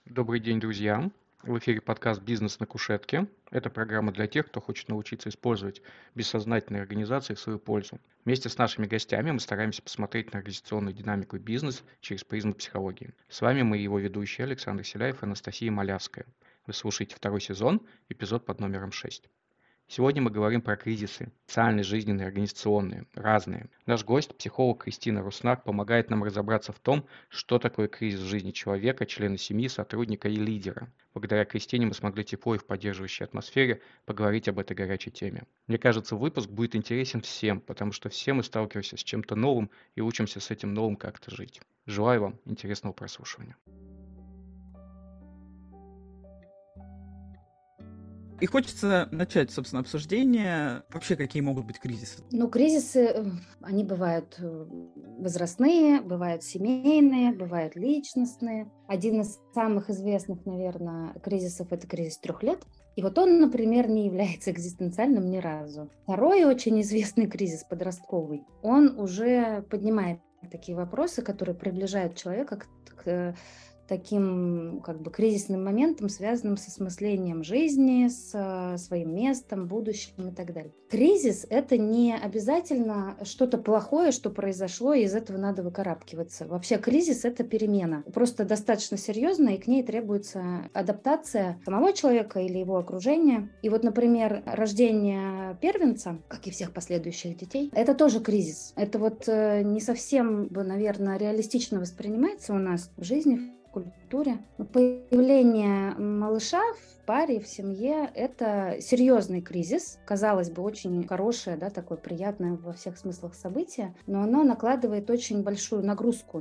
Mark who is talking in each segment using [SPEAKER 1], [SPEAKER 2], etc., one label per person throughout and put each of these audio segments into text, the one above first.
[SPEAKER 1] Добрый день, друзья! В эфире подкаст «Бизнес на кушетке». Это программа для тех, кто хочет научиться использовать бессознательные организации в свою пользу. Вместе с нашими гостями мы стараемся посмотреть на организационную динамику и бизнес через призму психологии. С вами мы, его ведущие, Александр Селяев и Анастасия Малявская. Вы слушаете второй сезон, эпизод под номером 6. Сегодня мы говорим про кризисы, социальные, жизненные, организационные, разные. Наш гость, психолог Кристина Руснак, помогает нам разобраться в том, что такое кризис в жизни человека, члена семьи, сотрудника и лидера. Благодаря Кристине мы смогли тепло и в поддерживающей атмосфере поговорить об этой горячей теме. Мне кажется, выпуск будет интересен всем, потому что все мы сталкиваемся с чем-то новым и учимся с этим новым как-то жить. Желаю вам интересного прослушивания.
[SPEAKER 2] И хочется начать, собственно, обсуждение. Вообще, какие могут быть кризисы?
[SPEAKER 3] Кризисы, они бывают возрастные, бывают семейные, бывают личностные. Один из самых известных, наверное, кризисов – это кризис 3 лет. И вот он, например, не является экзистенциальным ни разу. Второй очень известный кризис подростковый, он уже поднимает такие вопросы, которые приближают человека к таким кризисным моментом, связанным с осмыслением жизни, с своим местом, будущим и так далее. Кризис – это не обязательно что-то плохое, что произошло, и из этого надо выкарабкиваться. Вообще кризис – это перемена. Просто достаточно серьезная, и к ней требуется адаптация самого человека или его окружения. И вот, например, рождение первенца, как и всех последующих детей, это тоже кризис. Это вот не совсем, наверное, реалистично воспринимается у нас в жизни, культуре. Появление малыша в паре, в семье – это серьезный кризис. Казалось бы, очень хорошее, такое приятное во всех смыслах событие, но оно накладывает очень большую нагрузку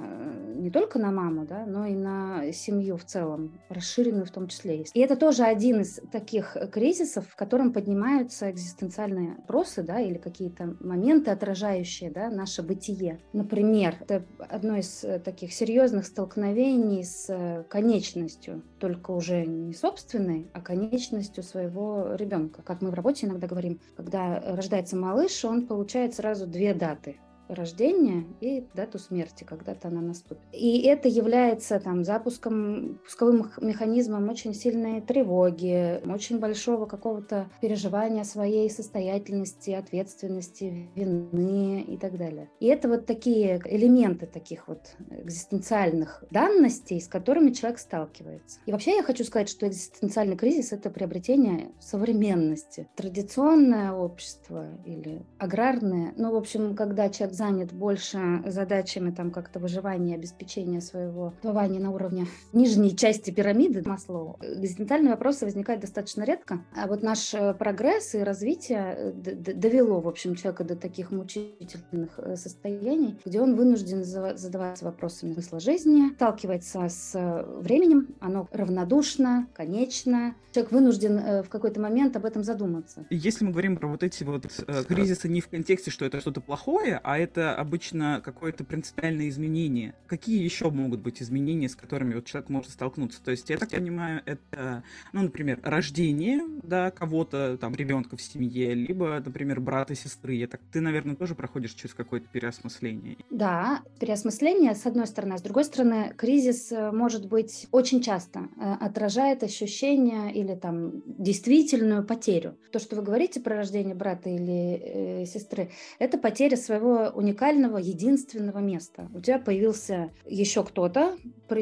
[SPEAKER 3] не только на маму, но и на семью в целом, расширенную в том числе. И это тоже один из таких кризисов, в котором поднимаются экзистенциальные вопросы, или какие-то моменты, отражающие наше бытие. Например, это одно из таких серьезных столкновений с конечностью, только уже не собственной, а конечностью своего ребенка. Как мы в работе иногда говорим, когда рождается малыш, он получает сразу 2 даты: рождения и дату смерти, когда-то она наступит. И это является пусковым механизмом очень сильной тревоги, очень большого какого-то переживания своей состоятельности, ответственности, вины и так далее. И это вот такие элементы таких вот экзистенциальных данностей, с которыми человек сталкивается. И вообще я хочу сказать, что экзистенциальный кризис – это приобретение современности. Традиционное общество или аграрное, в общем, когда человек занят больше задачами как-то выживания, обеспечения своего существования на уровне нижней части пирамиды Маслоу, экзистенциальные вопросы возникают достаточно редко. А вот наш прогресс и развитие довело, в общем, человека до таких мучительных состояний, где он вынужден задаваться вопросами смысла жизни, сталкивается с временем, оно равнодушно, конечно. Человек вынужден в какой-то момент об этом задуматься.
[SPEAKER 2] Если мы говорим про вот эти вот кризисы не в контексте, что это что-то плохое, а это обычно какое-то принципиальное изменение. Какие еще могут быть изменения, с которыми вот человек может столкнуться? То есть, я так понимаю, это, например, рождение, кого-то, ребенка в семье, либо, например, брата, сестры. Ты, наверное, тоже проходишь через какое-то переосмысление.
[SPEAKER 3] Да, переосмысление, с одной стороны. А с другой стороны, кризис, может быть, очень часто отражает ощущение или действительную потерю. То, что вы говорите про рождение брата или сестры, это потеря своего уникального, единственного места. У тебя появился еще кто-то,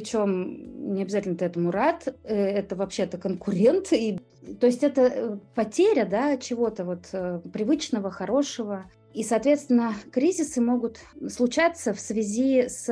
[SPEAKER 3] причем не обязательно ты этому рад, это вообще-то конкурент. То есть это потеря чего-то привычного, хорошего. И, соответственно, кризисы могут случаться в связи с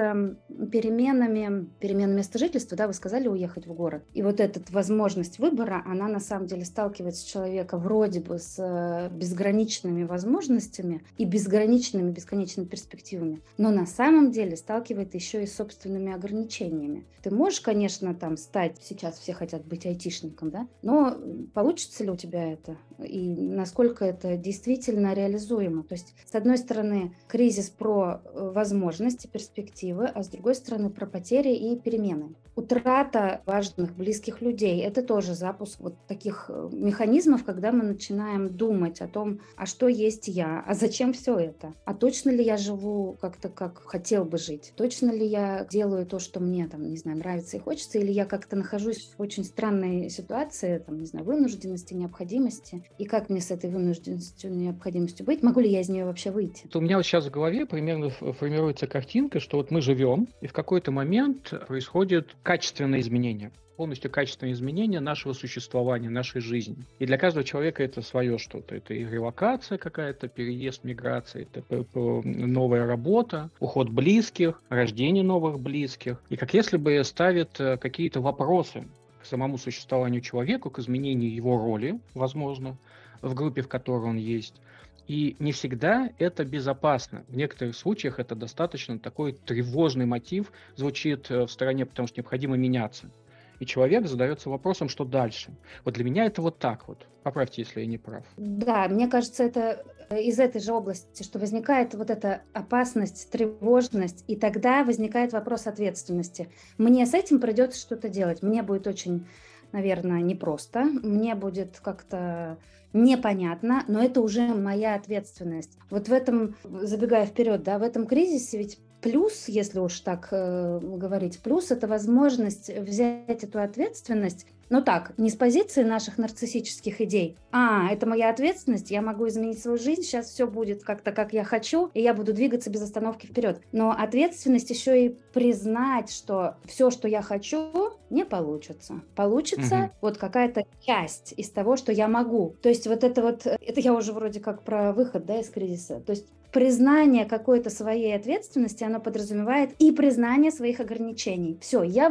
[SPEAKER 3] переменами места жительства. Вы сказали уехать в город. И вот эта возможность выбора, она на самом деле сталкивает человека вроде бы с безграничными возможностями и безграничными, бесконечными перспективами. Но на самом деле сталкивает еще и с собственными ограничениями. Ты можешь, конечно, стать, сейчас все хотят быть айтишником, но получится ли у тебя это? И насколько это действительно реализуемо? То есть, с одной стороны, кризис про возможности, перспективы, а с другой стороны, про потери и перемены. утрата важных, близких людей. Это тоже запуск вот таких механизмов, когда мы начинаем думать о том, а что есть я, а зачем все это, а точно ли я живу как-то, как хотел бы жить, точно ли я делаю то, что мне, там, не знаю, нравится и хочется, или я как-то нахожусь в очень странной ситуации, там, не знаю, вынужденности, необходимости, и как мне с этой вынужденностью, необходимостью быть, могу ли я из нее вообще выйти?
[SPEAKER 1] У меня вот сейчас в голове примерно формируется картинка, что вот мы живем, и в какой-то момент происходит качественное изменение. Полностью качественное изменение нашего существования, нашей жизни. И для каждого человека это свое что-то. Это и релокация какая-то, переезд, миграция, это новая работа, уход близких, рождение новых близких. И как если бы ставят какие-то вопросы к самому существованию человека, к изменению его роли, возможно, в группе, в которой он есть. И не всегда это безопасно. В некоторых случаях это достаточно такой тревожный мотив звучит в стороне, потому что необходимо меняться. И человек задается вопросом, что дальше. Вот для меня это вот так вот. Поправьте, если я не прав.
[SPEAKER 3] Да, мне кажется, это из этой же области, что возникает вот эта опасность, тревожность, и тогда возникает вопрос ответственности. Мне с этим придется что-то делать. Мне будет очень, наверное, непросто, мне будет как-то непонятно, но это уже моя ответственность. Вот в этом, забегая вперед, да, в этом кризисе ведь плюс, если уж так говорить, плюс — это возможность взять эту ответственность, ну так, не с позиции наших нарциссических идей. Это моя ответственность, я могу изменить свою жизнь, сейчас все будет как-то, как я хочу, и я буду двигаться без остановки вперед. Но ответственность еще и признать, что все, что я хочу, не получится. Получится вот какая-то часть из того, что я могу. То есть вот, это я уже вроде как про выход, да, из кризиса. То есть признание какой-то своей ответственности, оно подразумевает и признание своих ограничений. Все, я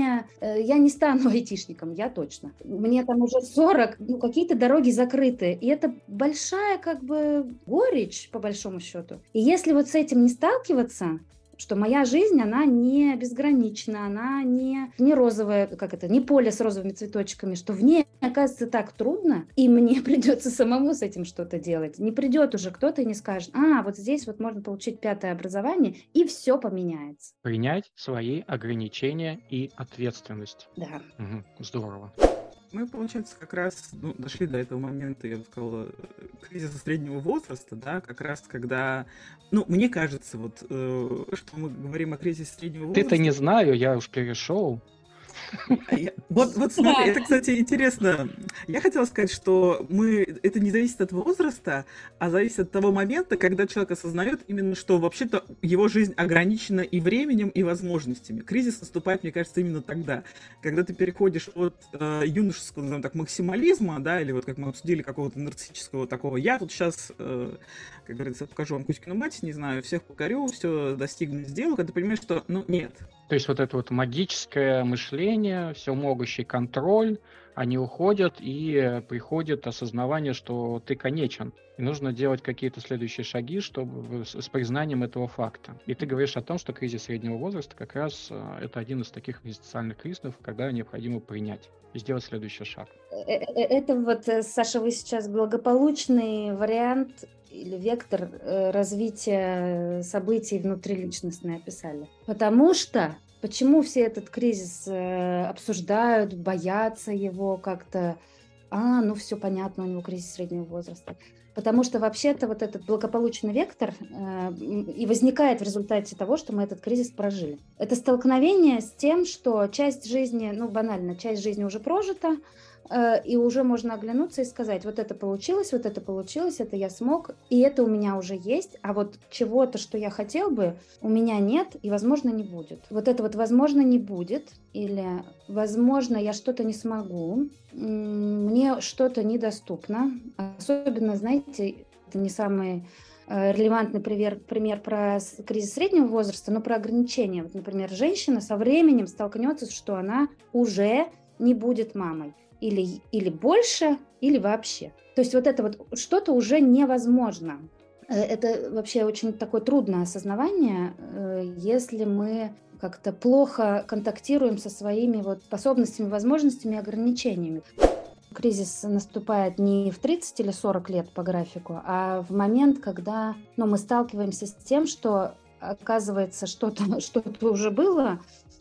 [SPEAKER 3] не стану айтишником, я точно. Мне там уже 40, какие-то дороги закрыты. И это большая как бы горечь, по большому счету. И если вот с этим не сталкиваться, что моя жизнь, она не безгранична, она не розовая, не поле с розовыми цветочками, что в ней, оказывается, так трудно, и мне придется самому с этим что-то делать. Не придет уже кто-то и не скажет, вот здесь вот можно получить 5-е образование, и все поменяется.
[SPEAKER 1] Принять свои ограничения и ответственность.
[SPEAKER 3] Да.
[SPEAKER 1] Здорово.
[SPEAKER 2] Мы, получается, как раз дошли до этого момента, я бы сказал, кризиса среднего возраста, да, как раз когда, мне кажется, вот, что мы говорим о кризисе среднего возраста.
[SPEAKER 1] Ты-то не знаю, я уж перешел.
[SPEAKER 2] Вот смотри, это, кстати, интересно. Я хотела сказать, что это не зависит от возраста, а зависит от того момента, когда человек осознает именно, что вообще-то его жизнь ограничена и временем, и возможностями. Кризис наступает, мне кажется, именно тогда, когда ты переходишь от юношеского, назовем так, максимализма, да, или вот как мы обсудили, какого-то нарциссического такого, я тут сейчас, как говорится, покажу вам Кузькину мать, не знаю, всех покорю, все достигну, сделаю, когда ты понимаешь, что, нет.
[SPEAKER 1] То есть вот это вот магическое мышление, всемогущий контроль, они уходят, и приходит осознавание, что ты конечен. И нужно делать какие-то следующие шаги, чтобы с признанием этого факта. И ты говоришь о том, что кризис среднего возраста как раз это один из таких экзистенциальных кризисов, когда необходимо принять и сделать следующий шаг.
[SPEAKER 3] Это вот, Саша, вы сейчас благополучный вариант или вектор развития событий внутриличностные описали. Почему все этот кризис обсуждают, боятся его как-то? Все понятно, у него кризис среднего возраста. Потому что вообще-то вот этот благополучный вектор и возникает в результате того, что мы этот кризис прожили. Это столкновение с тем, что часть жизни, банально, часть жизни уже прожита, и уже можно оглянуться и сказать, вот это получилось, это я смог, и это у меня уже есть, а вот чего-то, что я хотел бы, у меня нет и, возможно, не будет. Вот это вот «возможно, не будет» или «возможно, я что-то не смогу», «мне что-то недоступно». Особенно, знаете, это не самый релевантный пример про кризис среднего возраста, но про ограничения. Вот, например, женщина со временем столкнется, что она уже не будет мамой. Или больше, или вообще. То есть вот это вот что-то уже невозможно. Это вообще очень такое трудное осознавание, если мы как-то плохо контактируем со своими вот способностями, возможностями, ограничениями. Кризис наступает не в 30 или 40 лет по графику, а в момент, когда мы сталкиваемся с тем, что, оказывается, что-то уже было,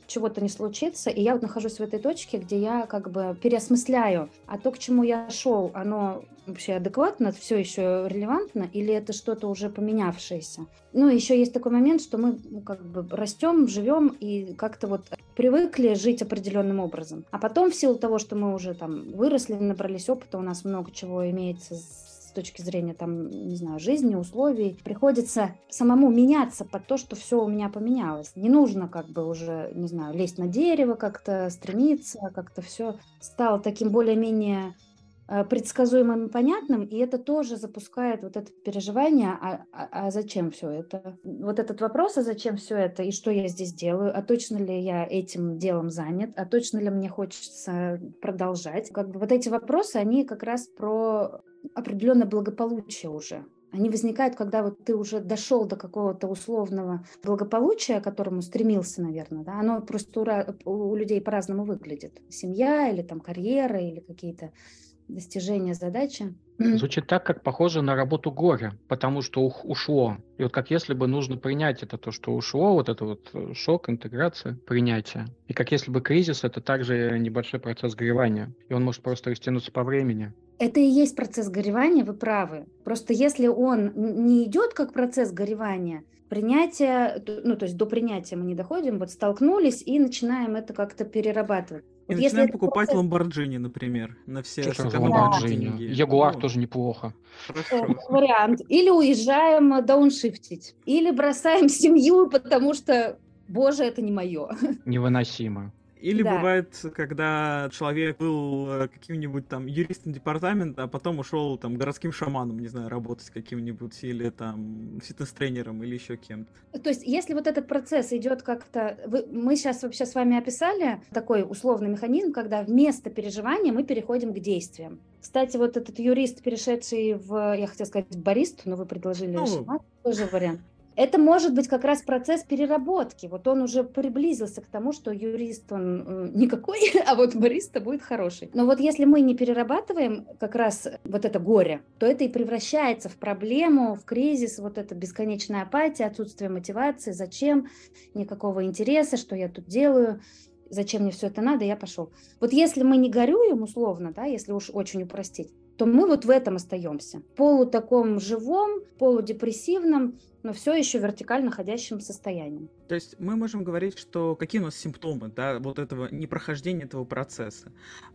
[SPEAKER 3] чего-то не случится, и я вот нахожусь в этой точке, где я как бы переосмысляю, а то, к чему я шел, оно вообще адекватно, все еще релевантно, или это что-то уже поменявшееся. Ну, еще есть такой момент, что мы как бы растем, живем и как-то вот привыкли жить определенным образом. А потом в силу того, что мы уже там выросли, набрались опыта, у нас много чего имеется с точки зрения там, не знаю, жизни, условий, приходится самому меняться под то, что все у меня поменялось. Не нужно как бы уже, не знаю, лезть на дерево, как-то стремиться, как-то все стало таким более-менее предсказуемым и понятным, и это тоже запускает вот это переживание, а зачем все это? Вот этот вопрос, а зачем все это, и что я здесь делаю, а точно ли я этим делом занят, а точно ли мне хочется продолжать? Как бы вот эти вопросы, они как раз про определенное благополучие уже. Они возникают, когда вот ты уже дошел до какого-то условного благополучия, к которому стремился, наверное, да, оно просто у людей по-разному выглядит. Семья или там карьера, или какие-то достижения задачи.
[SPEAKER 1] Звучит так, как похоже на работу горя, потому что ушло. И вот как если бы нужно принять это, то, что ушло, вот это вот шок, интеграция, принятие. И как если бы кризис — это также небольшой процесс горевания, и он может просто растянуться по времени.
[SPEAKER 3] Это и есть процесс горевания, вы правы. Просто если он не идет как процесс горевания, принятие, ну, то есть до принятия мы не доходим, вот столкнулись и начинаем это как-то перерабатывать.
[SPEAKER 2] И
[SPEAKER 3] Вот
[SPEAKER 2] начинаем
[SPEAKER 3] если
[SPEAKER 2] покупать
[SPEAKER 3] процесс...
[SPEAKER 2] Ламборджини, например, на все
[SPEAKER 1] Что сразу
[SPEAKER 2] сэкономленные
[SPEAKER 1] Lamborghini?
[SPEAKER 2] деньги.
[SPEAKER 1] Ягуар
[SPEAKER 2] Ну,
[SPEAKER 1] тоже неплохо.
[SPEAKER 2] хорошо.
[SPEAKER 3] вариант. Или уезжаем дауншифтить, или бросаем семью, потому что, боже, это не мое.
[SPEAKER 1] Невыносимо.
[SPEAKER 2] Или
[SPEAKER 3] Да.
[SPEAKER 2] бывает, когда человек был каким-нибудь там юристом департамента, а потом ушел там городским шаманом, не знаю, работать каким-нибудь, или там фитнес-тренером, или еще кем-то.
[SPEAKER 3] То есть, если вот этот процесс идет как-то... Мы сейчас вообще с вами описали такой условный механизм, когда вместо переживания мы переходим к действиям. Кстати, вот этот юрист, перешедший я хотела сказать, в баристу, но вы предложили шаман, тоже вариант. Это может быть как раз процесс переработки. Вот он уже приблизился к тому, что юрист он никакой, а вот бариста будет хороший. Но вот если мы не перерабатываем как раз вот это горе, то это и превращается в проблему, в кризис, вот эта бесконечная апатия, отсутствие мотивации, зачем, никакого интереса, что я тут делаю, зачем мне все это надо, я пошел. Вот если мы не горюем условно, да, если уж очень упростить, то мы вот в этом остаемся. В таком живом, полудепрессивном, но все еще вертикально ходящем состоянии.
[SPEAKER 2] То есть мы можем говорить, что какие у нас симптомы, да, вот этого непрохождения этого процесса.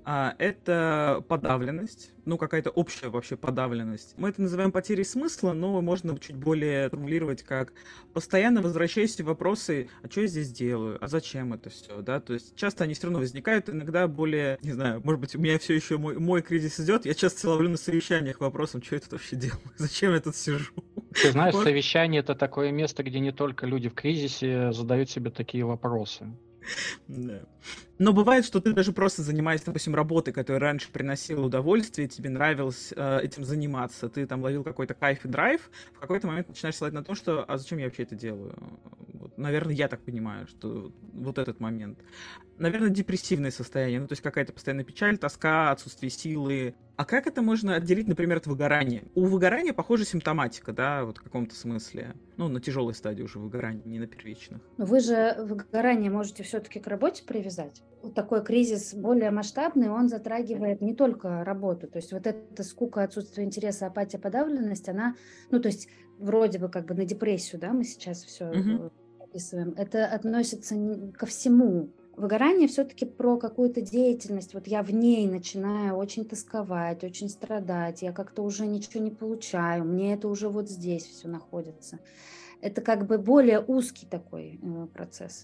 [SPEAKER 2] Это подавленность, ну какая-то общая вообще подавленность. Мы это называем потерей смысла, но можно чуть более формулировать как постоянно возвращающиеся вопросы, а что я здесь делаю, а зачем это все, да, то есть часто они все равно возникают, иногда более, не знаю, может быть у меня все еще мой кризис идет, я часто ловлю на совещаниях вопросом, что я тут вообще делаю, зачем я тут сижу.
[SPEAKER 1] Ты знаешь, совещание — это такое место, где не только люди в кризисе задают себе такие вопросы.
[SPEAKER 2] Да. Но бывает, что ты даже просто занимаешься, допустим, работой, которая раньше приносила удовольствие, тебе нравилось этим заниматься, ты там ловил какой-то кайф и драйв, в какой-то момент начинаешь ссылать на то, что «а зачем я вообще это делаю?» Вот, наверное, я так понимаю, что вот этот момент. Наверное, депрессивное состояние, ну то есть какая-то постоянная печаль, тоска, отсутствие силы. А как это можно отделить, например, от выгорания? У выгорания, похоже, симптоматика, да, вот в каком-то смысле. Ну, на тяжелой стадии уже выгорания, не на первичных.
[SPEAKER 3] Вы же выгорание можете все-таки к работе привязать. Вот такой кризис более масштабный, он затрагивает не только работу. То есть вот эта скука, отсутствие интереса, апатия, подавленность, она, ну, то есть вроде бы как бы на депрессию, да, мы сейчас все описываем. Это относится ко всему. Выгорание все-таки про какую-то деятельность. Вот я в ней начинаю очень тосковать, очень страдать, я как-то уже ничего не получаю, мне это уже вот здесь все находится. Это как бы более узкий такой процесс.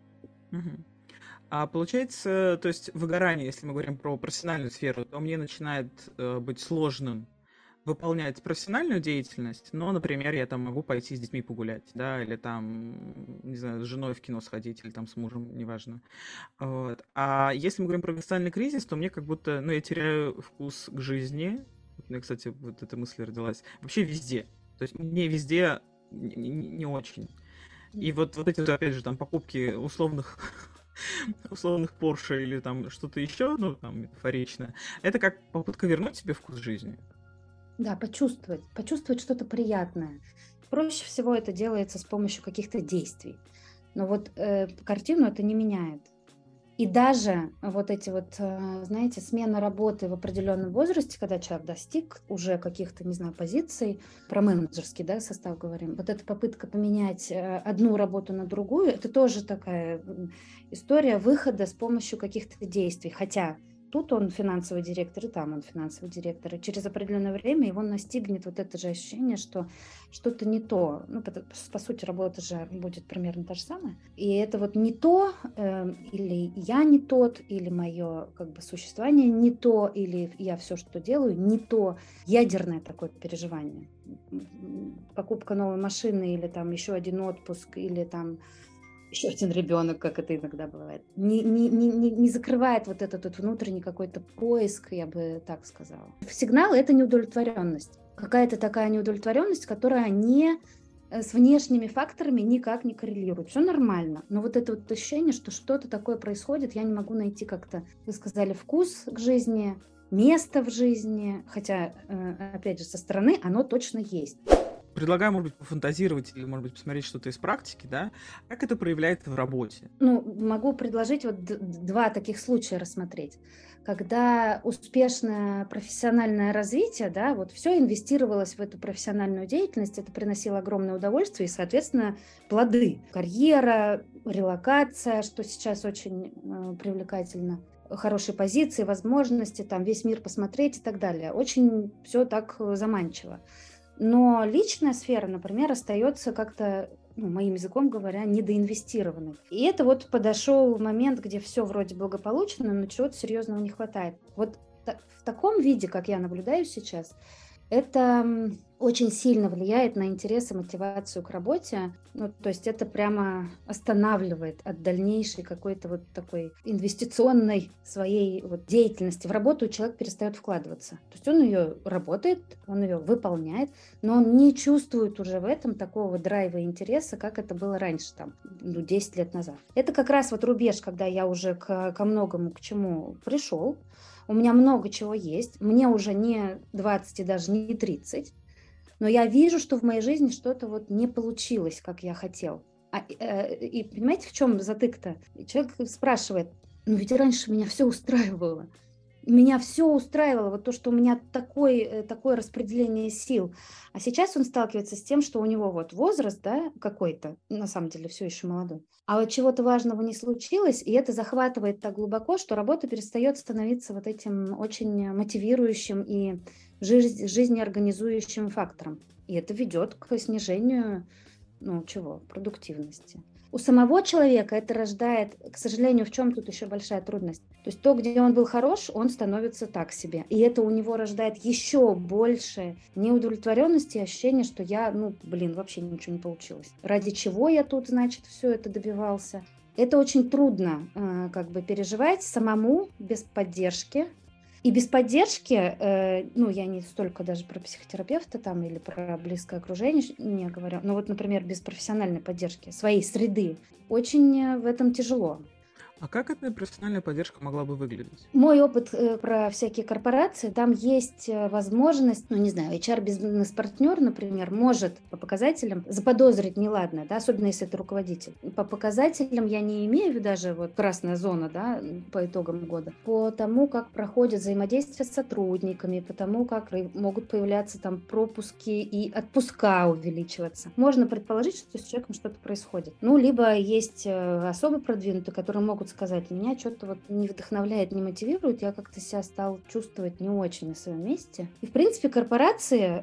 [SPEAKER 2] А получается, то есть выгорание, если мы говорим про профессиональную сферу, то мне начинает быть сложным выполнять профессиональную деятельность, но, например, я там могу пойти с детьми погулять, да, или там, не знаю, с женой в кино сходить, или там с мужем, неважно. Вот. А если мы говорим про экзистенциальный кризис, то мне как будто, ну, я теряю вкус к жизни. У меня, кстати, вот эта мысль родилась. Вообще везде. То есть мне везде не очень. И вот эти, опять же, там, покупки условных Porsche или там что-то еще, ну, там, метафорично, это как попытка вернуть себе вкус жизни.
[SPEAKER 3] Да, почувствовать что-то приятное. Проще всего это делается с помощью каких-то действий. Но вот картину это не меняет. И даже вот эти вот, знаете, смена работы в определенном возрасте, когда человек достиг уже каких-то, не знаю, позиций, про менеджерский, да, состав говорим, вот эта попытка поменять одну работу на другую, это тоже такая история выхода с помощью каких-то действий. Хотя тут он финансовый директор, и там он финансовый директор. И через определенное время его настигнет вот это же ощущение, что что-то не то. Ну, по сути, работа же будет примерно та же самая. И это вот не то, или я не тот, или мое как бы существование не то, или я все, что делаю, не то. Ядерное такое переживание. Покупка новой машины, или там еще один отпуск, или там еще один ребенок, как это иногда бывает, не закрывает вот этот вот внутренний какой-то поиск, я бы так сказала. Сигнал – это неудовлетворенность. Какая-то такая неудовлетворенность, которая не с внешними факторами никак не коррелирует. Все нормально. Но вот это вот ощущение, что что-то такое происходит, я не могу найти как-то, вы сказали, вкус к жизни, место в жизни, хотя, опять же, со стороны оно точно есть.
[SPEAKER 2] Предлагаю, может быть, пофантазировать или, может быть, посмотреть что-то из практики, да? Как это проявляется в работе?
[SPEAKER 3] Ну, могу предложить вот два таких случая рассмотреть. Когда успешное профессиональное развитие, да, вот все инвестировалось в эту профессиональную деятельность, это приносило огромное удовольствие и, соответственно, плоды. Карьера, релокация, что сейчас очень привлекательно, хорошие позиции, возможности, там весь мир посмотреть и так далее. Очень все так заманчиво. Но личная сфера, например, остается как-то, ну, моим языком говоря, недоинвестированной. И это вот подошел момент, где все вроде благополучно, но чего-то серьезного не хватает. Вот в таком виде, как я наблюдаю сейчас, это очень сильно влияет на интерес и мотивацию к работе. Ну, то есть это прямо останавливает от дальнейшей какой-то вот такой инвестиционной своей вот деятельности. В работу человек перестает вкладываться. То есть он ее работает, он ее выполняет, но он не чувствует уже в этом такого драйва и интереса, как это было раньше, там, 10 лет назад. Это как раз вот рубеж, когда я уже ко многому, к чему пришел. У меня много чего есть, мне уже не 20 и даже не 30, но я вижу, что в моей жизни что-то вот не получилось, как я хотел. И понимаете, в чем затык-то? Человек спрашивает, ну ведь раньше меня все устраивало. Меня все устраивало, вот то, что у меня такое распределение сил. А сейчас он сталкивается с тем, что у него вот возраст, да, какой-то, на самом деле все еще молодой. А вот чего-то важного не случилось, и это захватывает так глубоко, что работа перестает становиться вот этим очень мотивирующим и жизнеорганизующим фактором. И это ведет к снижению, продуктивности. У самого человека это рождает, к сожалению, в чем тут еще большая трудность. То есть то, где он был хорош, он становится так себе. И это у него рождает еще больше неудовлетворенности и ощущения, что я, вообще ничего не получилось. Ради чего я тут, значит, все это добивался? Это очень трудно переживать самому без поддержки. И без поддержки, я не столько даже про психотерапевта там или про близкое окружение не говорю, но вот, например, без профессиональной поддержки своей среды очень в этом тяжело.
[SPEAKER 2] А как эта профессиональная поддержка могла бы выглядеть?
[SPEAKER 3] Мой опыт про всякие корпорации, там есть возможность, HR-бизнес-партнер, например, может по показателям заподозрить неладное, да, особенно если это руководитель. По показателям я не имею в виду даже вот красная зона, да, по итогам года, по тому, как проходит взаимодействие с сотрудниками, по тому, как могут появляться там пропуски и отпуска увеличиваться. Можно предположить, что с человеком что-то происходит. Либо есть особо продвинутые, которые могут сказать, меня что-то вот не вдохновляет, не мотивирует, я как-то себя стал чувствовать не очень на своем месте. И, в принципе, корпорации,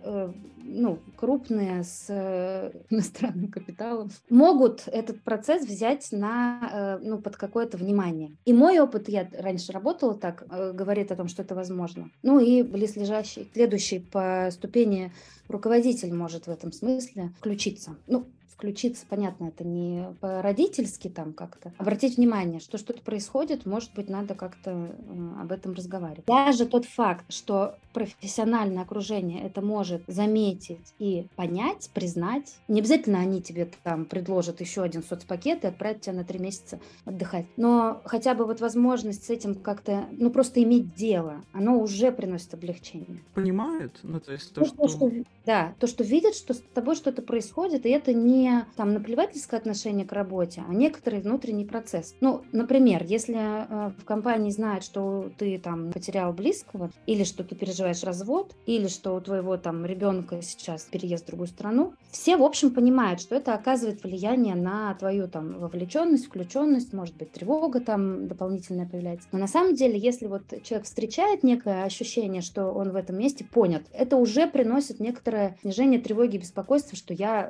[SPEAKER 3] крупные с иностранным капиталом, могут этот процесс взять под какое-то внимание. И мой опыт, я раньше работала так, говорит о том, что это возможно. И близлежащий, следующий по ступени руководитель может в этом смысле включиться. Включиться, понятно, это не по-родительски там как-то. Обратить внимание, что что-то происходит, может быть, надо как-то об этом разговаривать. Даже тот факт, что профессиональное окружение это может заметить и понять, признать, не обязательно они тебе там предложат еще один соцпакет и отправят тебя на 3 месяца отдыхать. Но хотя бы вот возможность с этим как-то, просто иметь дело, оно уже приносит облегчение.
[SPEAKER 2] Понимают? То, что
[SPEAKER 3] видят, что с тобой что-то происходит, и это не не там наплевательское отношение к работе, а некоторый внутренний процесс. Ну, например, если в компании знают, что ты там потерял близкого, или что ты переживаешь развод, или что у твоего там ребенка сейчас переезд в другую страну, все, в общем, понимают, что это оказывает влияние на твою там вовлеченность, включенность, может быть, тревога там дополнительная появляется. Но на самом деле, если вот человек встречает некое ощущение, что он в этом месте понят, это уже приносит некоторое снижение тревоги и беспокойства, что я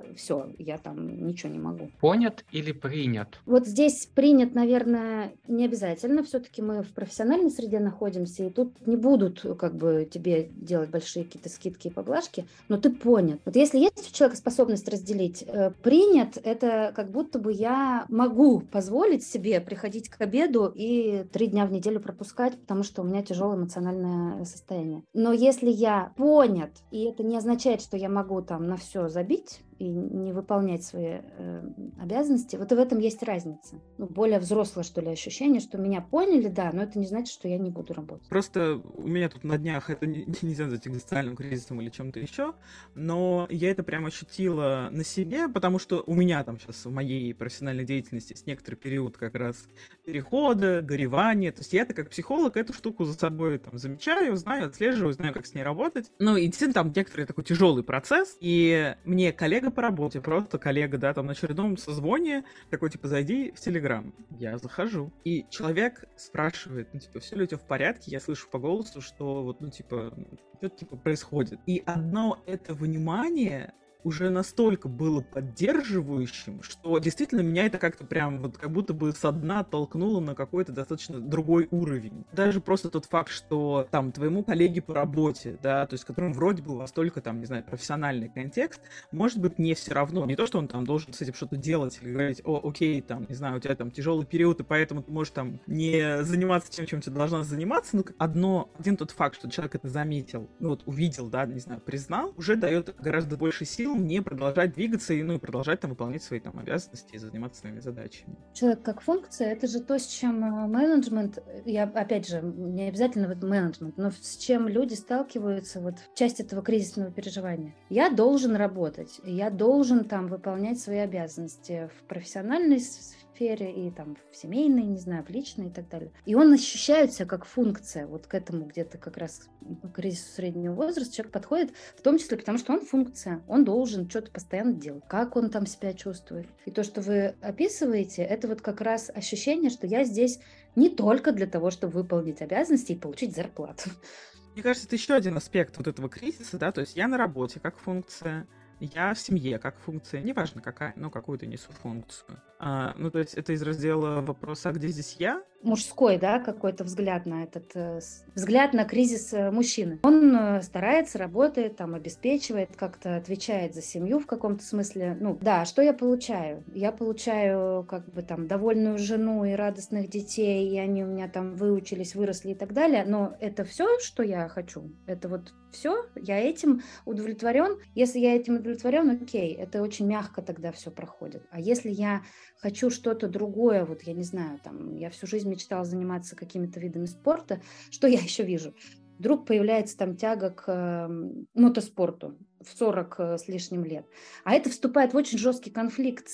[SPEAKER 3] там ничего не могу.
[SPEAKER 1] Понят или принят?
[SPEAKER 3] Вот здесь принят, наверное, не обязательно. Все-таки мы в профессиональной среде находимся, и тут не будут как бы тебе делать большие какие-то скидки и поблажки, но ты понят. Вот если есть у человека способность разделить, принят, это как будто бы я могу позволить себе приходить к обеду и 3 дня в неделю пропускать, потому что у меня тяжелое эмоциональное состояние. Но если я понят, и это не означает, что я могу там на все забить и не выполнять свои обязанности, вот и в этом есть разница. Ну, более взрослое, что ли, ощущение, что меня поняли, да, но это не значит, что я не буду работать.
[SPEAKER 2] Просто у меня тут на днях, это нельзя назвать экзистенциальным кризисом или чем-то еще, но я это прям ощутила на себе, потому что у меня там сейчас в моей профессиональной деятельности есть некоторый период как раз перехода, горевания. То есть я-то как психолог эту штуку за собой там замечаю, знаю, отслеживаю, знаю, как с ней работать. Ну и действительно там некоторый такой тяжелый процесс, и мне коллега по работе, просто коллега, да, там на очередном созвоне, такой, типа, зайди в Телеграм. Я захожу. И человек спрашивает, ну, типа, все ли у тебя в порядке? Я слышу по голосу, что вот, ну, типа, что-то, типа, происходит. И одно это внимание уже настолько было поддерживающим, что действительно меня это как-то прям вот как будто бы со дна толкнуло на какой-то достаточно другой уровень. Даже просто тот факт, что там твоему коллеге по работе, да, то есть которому вроде бы у вас только там, не знаю, профессиональный контекст, может быть, не все равно. Не то, что он там должен с этим что-то делать или говорить, окей, там, не знаю, у тебя там тяжелый период, и поэтому ты можешь там не заниматься тем, чем ты должна заниматься. Ну, один тот факт, что человек это заметил, ну вот увидел, да, не знаю, признал, уже дает гораздо больше сил мне продолжать двигаться и, ну, продолжать там выполнять свои там обязанности и заниматься своими задачами.
[SPEAKER 3] Человек как функция, это же то, с чем менеджмент, я, опять же, не обязательно вот менеджмент, но с чем люди сталкиваются вот в части этого кризисного переживания. Я должен работать, я должен там выполнять свои обязанности в профессиональной сфере и там в семейной, не знаю, в личной и так далее. И он ощущает себя как функция, вот к этому где-то как раз к кризису среднего возраста человек подходит, в том числе потому, что он функция, он должен что-то постоянно делать, как он там себя чувствует. И то, что вы описываете, это вот как раз ощущение, что я здесь не только для того, чтобы выполнить обязанности и получить зарплату.
[SPEAKER 2] Мне кажется, это еще один аспект вот этого кризиса, да, то есть я на работе как функция, я в семье как функция, неважно какая, но какую-то несу функцию. Ну, то есть это из раздела вопроса, а где здесь я?
[SPEAKER 3] Мужской, да, какой-то взгляд на этот, взгляд на кризис мужчины. Он старается, работает, там, обеспечивает, как-то отвечает за семью в каком-то смысле. Ну, да, что я получаю? Я получаю, как бы, там, довольную жену и радостных детей, и они у меня там выучились, выросли и так далее, но это все, что я хочу? Это вот все? Я этим удовлетворен? Если я этим удовлетворен, окей, это очень мягко тогда все проходит. А если я хочу что-то другое, вот я не знаю, там, я всю жизнь мечтала заниматься какими-то видами спорта, что я еще вижу? Вдруг появляется там тяга к мотоспорту в 40 с лишним лет. А это вступает в очень жесткий конфликт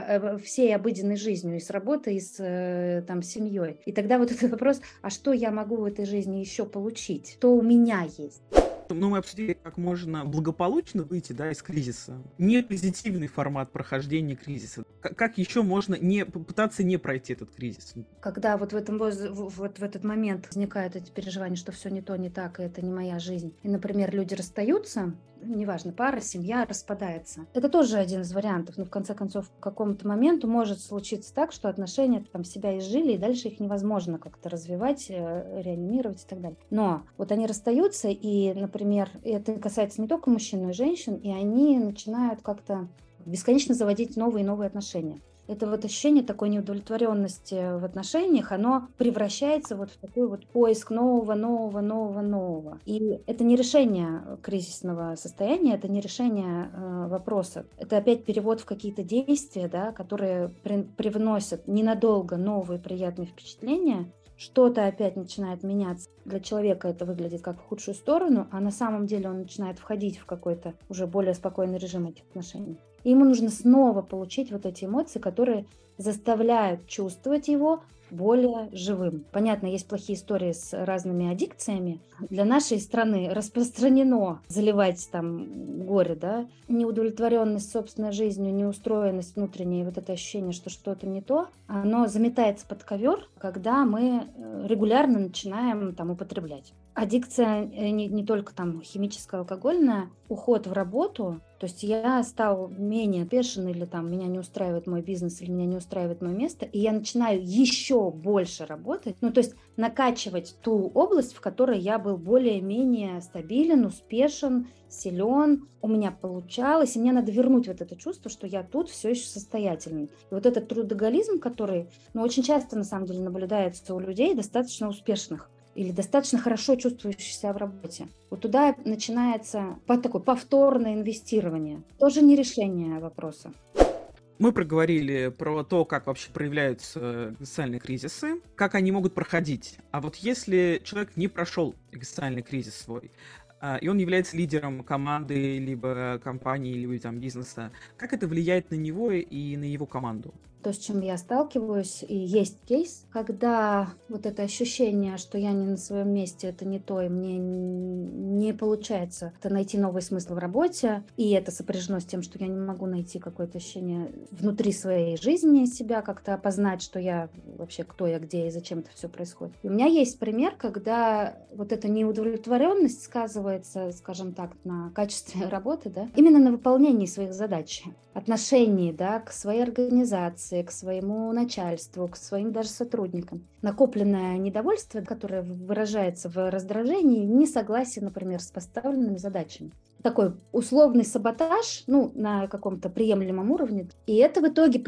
[SPEAKER 3] с всей обыденной жизнью, и с работой, и с там, семьей. И тогда вот этот вопрос, а что я могу в этой жизни еще получить? Что у меня есть?
[SPEAKER 2] Ну, мы обсудили, как можно благополучно выйти, да, из кризиса. Не позитивный формат прохождения кризиса. Как еще можно попытаться не пройти этот кризис?
[SPEAKER 3] Когда вот в этот момент возникают эти переживания, что все не то, не так, и это не моя жизнь. И, например, люди расстаются, неважно, пара, семья распадается. Это тоже один из вариантов, но в конце концов к какому-то моменту может случиться так, что отношения там себя изжили, и дальше их невозможно как-то развивать, реанимировать и так далее. Но вот они расстаются, и, например, это касается не только мужчин, но и женщин, и они начинают как-то бесконечно заводить новые и новые отношения. Это вот ощущение такой неудовлетворенности в отношениях, оно превращается вот в такой вот поиск нового. И это не решение кризисного состояния, это не решение вопроса. Это опять перевод в какие-то действия, да, которые привносят ненадолго новые приятные впечатления. Что-то опять начинает меняться. Для человека это выглядит как в худшую сторону, а на самом деле он начинает входить в какой-то уже более спокойный режим этих отношений. и ему нужно снова получить вот эти эмоции, которые заставляют чувствовать его более живым. Понятно, есть плохие истории с разными аддикциями. Для нашей страны распространено заливать там горе, да, неудовлетворенность собственной жизнью, неустроенность внутренняя, вот это ощущение, что что-то не то, оно заметается под ковер, когда мы регулярно начинаем там употреблять. Аддикция не только там химическая, алкогольная, уход в работу, то есть я стал менее успешен, или там меня не устраивает мой бизнес, или меня не устраивает мое место, и я начинаю еще больше работать, ну то есть накачивать ту область, в которой я был более-менее стабилен, успешен, силен, у меня получалось, и мне надо вернуть вот это чувство, что я тут все еще состоятельный. И вот этот трудоголизм, который, ну, очень часто на самом деле наблюдается у людей достаточно успешных, или достаточно хорошо чувствующийся в работе. Вот туда начинается такое повторное инвестирование. Тоже не решение вопроса.
[SPEAKER 2] Мы проговорили про то, как вообще проявляются экзистенциальные кризисы, как они могут проходить. А вот если человек не прошел экзистенциальный кризис свой, и он является лидером команды, либо компании, либо там бизнеса, как это влияет на него и на его команду?
[SPEAKER 3] То, с чем я сталкиваюсь, и есть кейс, когда вот это ощущение, что я не на своем месте, это не то, и мне не получается найти новый смысл в работе, и это сопряжено с тем, что я не могу найти какое-то ощущение внутри своей жизни себя, как-то опознать, что я вообще, кто я, где и зачем это все происходит. И у меня есть пример, когда вот эта неудовлетворенность сказывается, скажем так, на качестве работы, да, именно на выполнении своих задач, отношении, да, к своей организации, к своему начальству, к своим даже сотрудникам. Накопленное недовольство, которое выражается в раздражении, несогласии, например, с поставленными задачами. Такой условный саботаж, ну, на каком-то приемлемом уровне. И это в итоге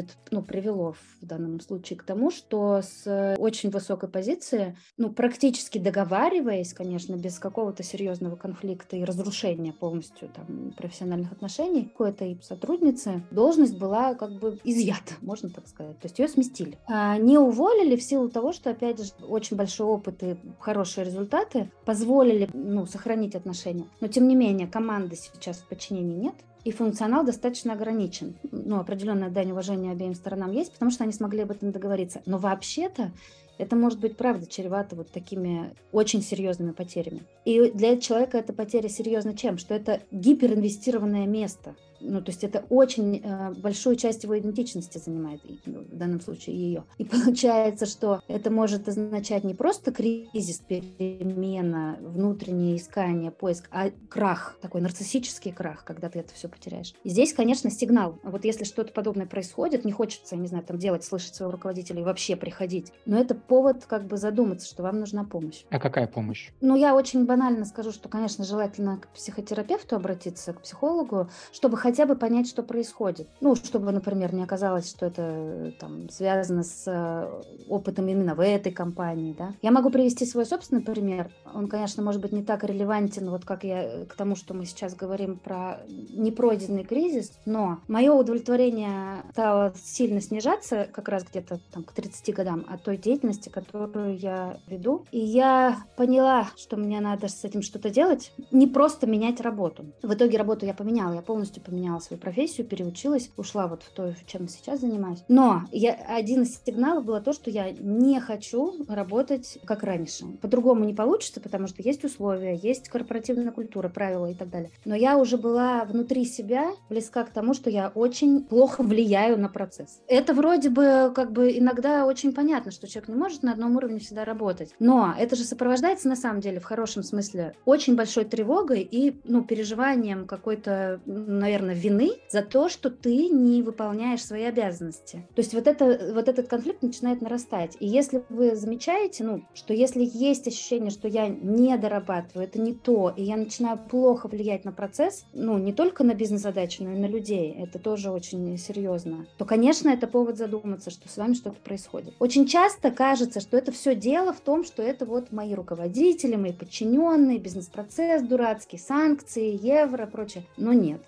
[SPEAKER 3] привело в данном случае к тому, что с очень высокой позиции, ну, практически договариваясь, конечно, без какого-то серьезного конфликта и разрушения полностью там профессиональных отношений, какой-то сотрудницы должность была как бы изъята, можно так сказать. То есть ее сместили. Не уволили в силу того, что, опять же, очень большой опыт и хорошие результаты позволили, ну, сохранить отношения. Но, тем не менее, команды сейчас в подчинении нет, и функционал достаточно ограничен. Ну, определенная дань уважения обеим сторонам есть, потому что они смогли об этом договориться. Но вообще-то это может быть, правда, чревато вот такими очень серьезными потерями. И для человека эта потеря серьезна чем? Что это гиперинвестированное место. Ну, то есть это очень большую часть его идентичности занимает, в данном случае ее. И получается, что это может означать не просто кризис, перемена, внутреннее искание, поиск, а крах, такой нарциссический крах, когда ты это все потеряешь. И здесь, конечно, сигнал. Вот если что-то подобное происходит, не хочется, не знаю, там делать, слышать своего руководителя и вообще приходить, но это повод как бы задуматься, что вам нужна помощь.
[SPEAKER 1] А какая помощь?
[SPEAKER 3] Ну, я очень банально скажу, что, конечно, желательно к психотерапевту обратиться, к психологу, чтобы хотя бы понять, что происходит. Ну, чтобы, например, не оказалось, что это там связано с опытом именно в этой компании, да. Я могу привести свой собственный пример. Он, конечно, может быть не так релевантен, вот как я к тому, что мы сейчас говорим про непройденный кризис, но мое удовлетворение стало сильно снижаться как раз где-то там к 30 годам от той деятельности, которую я веду. И я поняла, что мне надо с этим что-то делать, не просто менять работу. В итоге работу я поменяла, я полностью поменяла свою профессию, переучилась, ушла вот в то, чем сейчас занимаюсь. Но один из сигналов было то, что я не хочу работать как раньше. По-другому не получится, потому что есть условия, есть корпоративная культура, правила и так далее. Но я уже была внутри себя близка к тому, что я очень плохо влияю на процесс. Это вроде бы как бы иногда очень понятно, что человек не может на одном уровне всегда работать. Но это же сопровождается на самом деле в хорошем смысле очень большой тревогой и переживанием какой-то, наверное, вины за то, что ты не выполняешь свои обязанности. То есть вот этот конфликт начинает нарастать. И если вы замечаете, что если есть ощущение, что я не дорабатываю, это не то, и я начинаю плохо влиять на процесс, не только на бизнес-задачи, но и на людей, это тоже очень серьезно, то, конечно, это повод задуматься, что с вами что-то происходит. Очень часто кажется, что это все дело в том, что это вот мои руководители, мои подчиненные, бизнес-процесс дурацкий, санкции, евро, прочее. Но нет.
[SPEAKER 2] А вот из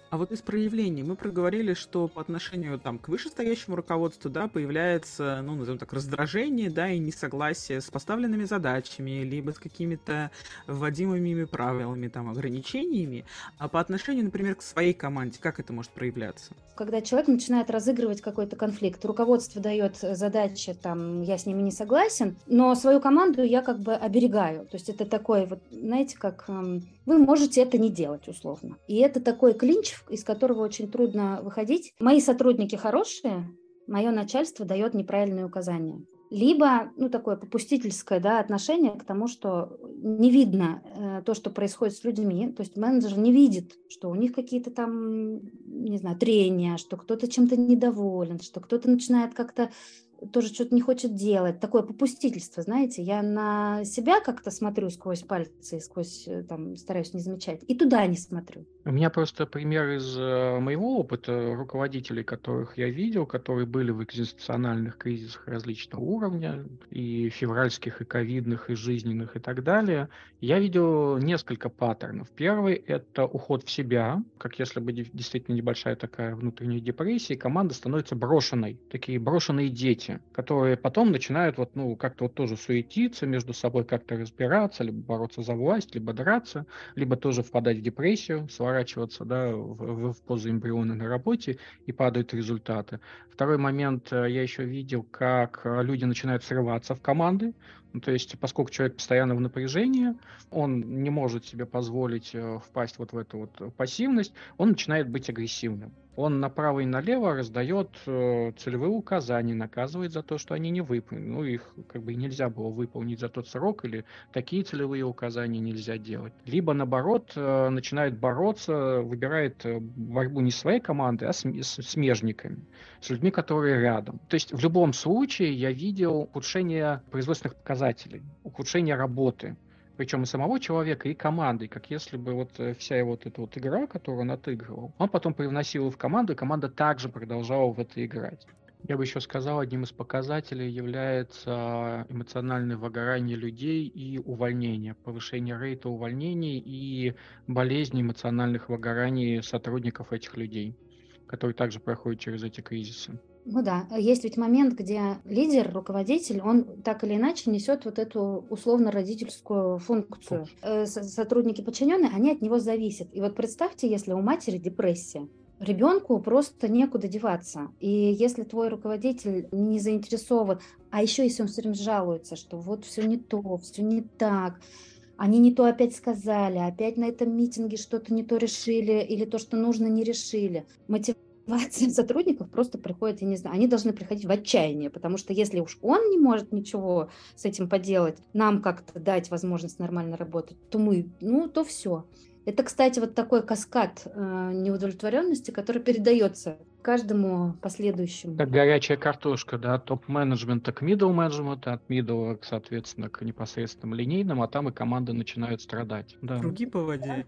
[SPEAKER 2] проявлений. Мы проговорили, что по отношению там, к вышестоящему руководству, да, появляется, ну, назовем так, раздражение, да, и несогласие с поставленными задачами, либо с какими-то вводимыми ими правилами, там, ограничениями. А по отношению, например, к своей команде, как это может проявляться?
[SPEAKER 3] Когда человек начинает разыгрывать какой-то конфликт, руководство дает задачи, там, я с ними не согласен, но свою команду я как бы оберегаю. То есть это такой, вот, знаете, как вы можете это не делать, условно. И это такой клинч, из которого очень трудно выходить. Мои сотрудники хорошие, мое начальство дает неправильные указания. Либо, ну, такое попустительское, да, отношение к тому, что не видно то, что происходит с людьми. То есть менеджер не видит, что у них какие-то там, не знаю, трения, что кто-то чем-то недоволен, что кто-то начинает как-то тоже что-то не хочет делать. Такое попустительство, знаете. Я на себя как-то смотрю сквозь пальцы, сквозь, там, стараюсь не замечать. И туда не смотрю.
[SPEAKER 1] У меня просто пример из моего опыта руководителей, которых я видел, которые были в экзистенциальных кризисах различного уровня, и февральских, и ковидных, и жизненных, и так далее. Я видел несколько паттернов. Первый – это уход в себя, как если бы действительно небольшая такая внутренняя депрессия, и команда становится брошенной. Такие брошенные дети, которые потом начинают вот, ну, как-то вот тоже суетиться между собой, как-то разбираться, либо бороться за власть, либо драться, либо тоже впадать в депрессию, сворачиваться, да, в позу эмбриона на работе, и падают результаты. Второй момент, я еще видел, как люди начинают срываться в команды. Ну, то есть, поскольку человек постоянно в напряжении, он не может себе позволить впасть вот в эту вот пассивность, он начинает быть агрессивным. Он направо и налево раздает целевые указания, наказывает за то, что они не выполнены. Ну, их как бы и нельзя было выполнить за тот срок, или такие целевые указания нельзя делать. Либо, наоборот, начинает бороться, выбирает борьбу не своей команды, а с смежниками, с людьми, которые рядом. То есть в любом случае я видел ухудшение производственных показателей, ухудшение работы. Причем и самого человека, и команды, как если бы вот вся его вот эта вот игра, которую он отыгрывал, он потом привносил в команду, и команда также продолжала в это играть. Я бы еще сказал, одним из показателей является эмоциональное выгорание людей и увольнение, повышение рейта увольнений и болезни эмоциональных выгораний сотрудников этих людей, которые также проходят через эти кризисы.
[SPEAKER 3] Ну да, есть ведь момент, где лидер, руководитель, он так или иначе несет вот эту условно-родительскую функцию. Сотрудники подчиненные, они от него зависят. И вот представьте, если у матери депрессия, ребенку просто некуда деваться. И если твой руководитель не заинтересован, а еще если он все время жалуется, что вот все не то, все не так, они не то опять сказали, опять на этом митинге что-то не то решили, или то, что нужно, не решили. Мотивация сотрудников просто приходит, я не знаю, они должны приходить в отчаяние, потому что если уж он не может ничего с этим поделать, нам как-то дать возможность нормально работать, то мы, ну, то все. Это, кстати, вот такой каскад неудовлетворенности, который передается каждому последующему.
[SPEAKER 1] Как горячая картошка, да, от топ-менеджмента к middle-менеджменту, от middle, соответственно, к непосредственным линейным, а там и команды начинают страдать. Да.
[SPEAKER 2] Круги по воде.